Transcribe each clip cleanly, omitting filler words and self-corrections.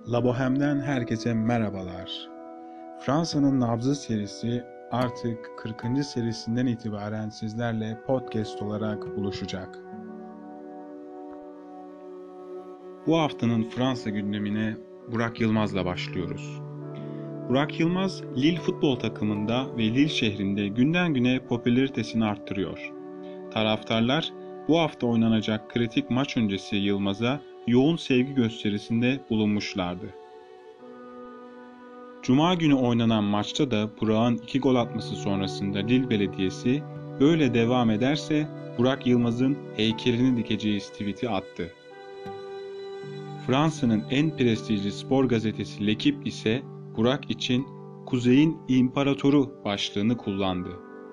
La Bohème'den herkese merhabalar. Fransa'nın Nabzı serisi artık 40. serisinden itibaren sizlerle podcast olarak buluşacak. Bu haftanın Fransa gündemine Burak Yılmaz'la başlıyoruz. Burak Yılmaz, Lille futbol takımında ve Lille şehrinde günden güne popülaritesini arttırıyor. Taraftarlar bu hafta oynanacak kritik maç öncesi Yılmaz'a yoğun sevgi gösterisinde bulunmuşlardı. Cuma günü oynanan maçta da Burak'ın 2 gol atması sonrasında Lille Belediyesi böyle devam ederse Burak Yılmaz'ın heykelini dikeceğiz tweet'i attı. Fransa'nın en prestijli spor gazetesi L'Équipe ise Burak için Kuzey'in İmparatoru başlığını kullandı.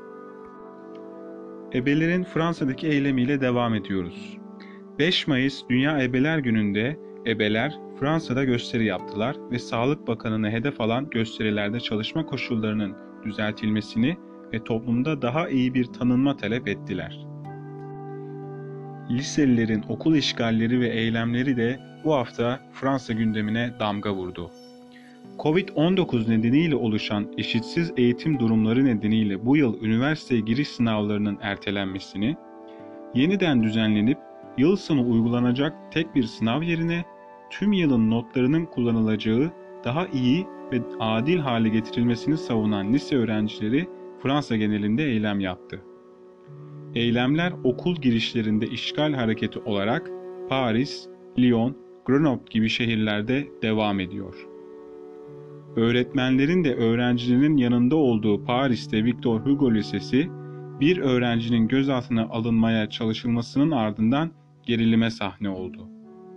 Ebelerin Fransa'daki eylemiyle devam ediyoruz. 5 Mayıs Dünya Ebeler Günü'nde ebeler Fransa'da gösteri yaptılar ve Sağlık Bakanı'nı hedef alan gösterilerde çalışma koşullarının düzeltilmesini ve toplumda daha iyi bir tanınma talep ettiler. Liselilerin okul işgalleri ve eylemleri de bu hafta Fransa gündemine damga vurdu. Covid-19 nedeniyle oluşan eşitsiz eğitim durumları nedeniyle bu yıl üniversiteye giriş sınavlarının ertelenmesini, yeniden düzenlenip yıl sonu uygulanacak tek bir sınav yerine tüm yılın notlarının kullanılacağı daha iyi ve adil hale getirilmesini savunan lise öğrencileri Fransa genelinde eylem yaptı. Eylemler okul girişlerinde işgal hareketi olarak Paris, Lyon, Grenoble gibi şehirlerde devam ediyor. Öğretmenlerin de öğrencilerin yanında olduğu Paris'te Victor Hugo Lisesi, bir öğrencinin gözaltına alınmaya çalışılmasının ardından gerilime sahne oldu.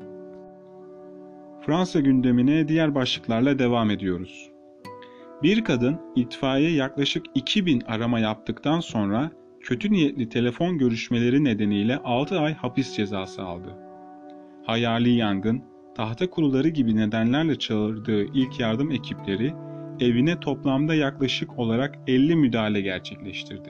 Fransa gündemine diğer başlıklarla devam ediyoruz. Bir kadın itfaiye yaklaşık 2000 arama yaptıktan sonra kötü niyetli telefon görüşmeleri nedeniyle 6 ay hapis cezası aldı. Hayali yangın, tahta kuruları gibi nedenlerle çağırdığı ilk yardım ekipleri evine toplamda yaklaşık olarak 50 müdahale gerçekleştirdi.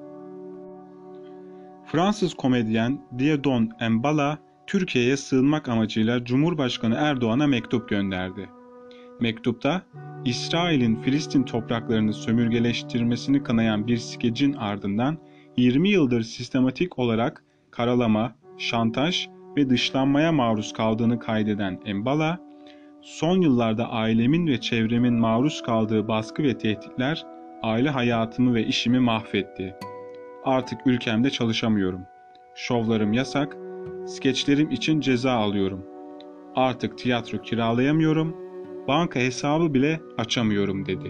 Fransız komedyen Dieudonné Mbala, Türkiye'ye sığınmak amacıyla Cumhurbaşkanı Erdoğan'a mektup gönderdi. Mektupta, İsrail'in Filistin topraklarını sömürgeleştirmesini kınayan bir skecin ardından 20 yıldır sistematik olarak karalama, şantaj ve dışlanmaya maruz kaldığını kaydeden Mbala, son yıllarda ailemin ve çevremin maruz kaldığı baskı ve tehditler aile hayatımı ve işimi mahvetti. Artık ülkemde çalışamıyorum. Şovlarım yasak, skeçlerim için ceza alıyorum. Artık tiyatro kiralayamıyorum, banka hesabı bile açamıyorum dedi.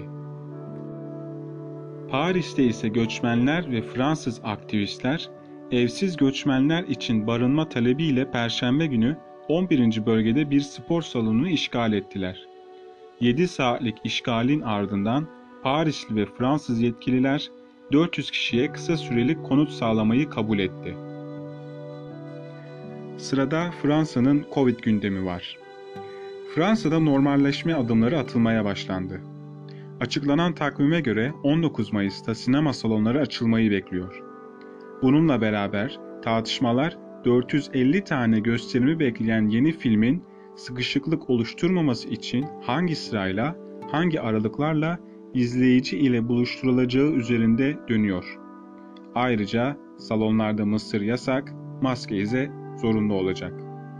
Paris'te ise göçmenler ve Fransız aktivistler, evsiz göçmenler için barınma talebiyle Perşembe günü 11. bölgede bir spor salonunu işgal ettiler. 7 saatlik işgalin ardından Parisli ve Fransız yetkililer 400 kişiye kısa süreli konut sağlamayı kabul etti. Sırada Fransa'nın Covid gündemi var. Fransa'da normalleşme adımları atılmaya başlandı. Açıklanan takvime göre 19 Mayıs'ta sinema salonları açılmayı bekliyor. Bununla beraber tartışmalar 450 tane gösterimi bekleyen yeni filmin sıkışıklık oluşturmaması için hangi sırayla, hangi aralıklarla izleyici ile buluşturulacağı üzerinde dönüyor. Ayrıca salonlarda mısır yasak, maske ise zorunlu olacak.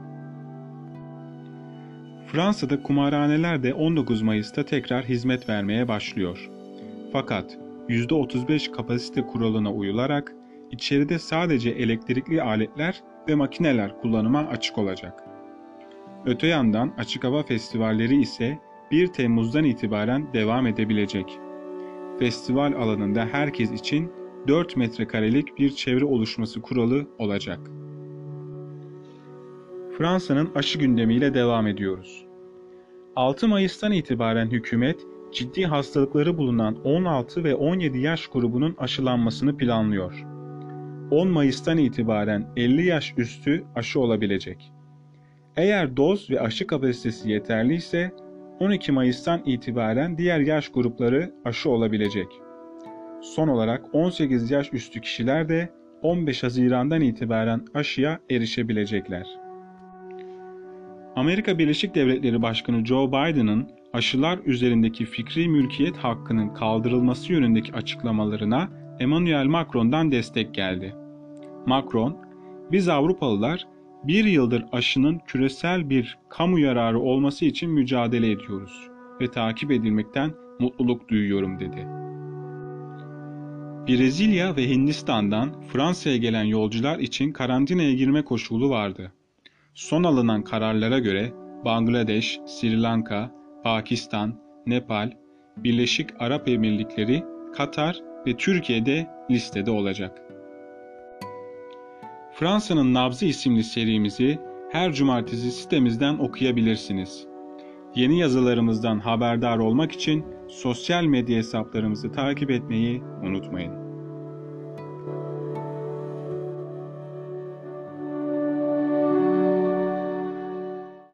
Fransa'da kumarhaneler de 19 Mayıs'ta tekrar hizmet vermeye başlıyor. Fakat %35 kapasite kuralına uyularak içeride sadece elektrikli aletler ve makineler kullanıma açık olacak. Öte yandan açık hava festivalleri ise 1 Temmuz'dan itibaren devam edebilecek. Festival alanında herkes için 4 metrekarelik bir çevre oluşması kuralı olacak. Fransa'nın aşı gündemiyle devam ediyoruz. 6 Mayıs'tan itibaren hükümet, ciddi hastalıkları bulunan 16 ve 17 yaş grubunun aşılanmasını planlıyor. 10 Mayıs'tan itibaren 50 yaş üstü aşı olabilecek. Eğer doz ve aşı kapasitesi yeterliyse 12 Mayıs'tan itibaren diğer yaş grupları aşı olabilecek. Son olarak 18 yaş üstü kişiler de 15 Haziran'dan itibaren aşıya erişebilecekler. Amerika Birleşik Devletleri Başkanı Joe Biden'ın aşılar üzerindeki fikri mülkiyet hakkının kaldırılması yönündeki açıklamalarına Emmanuel Macron'dan destek geldi. Macron, "Biz Avrupalılar bir yıldır aşının küresel bir kamu yararı olması için mücadele ediyoruz ve takip edilmekten mutluluk duyuyorum," dedi. Brezilya ve Hindistan'dan Fransa'ya gelen yolcular için karantinaya girme koşulu vardı. Son alınan kararlara göre Bangladeş, Sri Lanka, Pakistan, Nepal, Birleşik Arap Emirlikleri, Katar ve Türkiye'de listede olacak. Fransa'nın Nabzı isimli serimizi her cumartesi sitemizden okuyabilirsiniz. Yeni yazılarımızdan haberdar olmak için sosyal medya hesaplarımızı takip etmeyi unutmayın.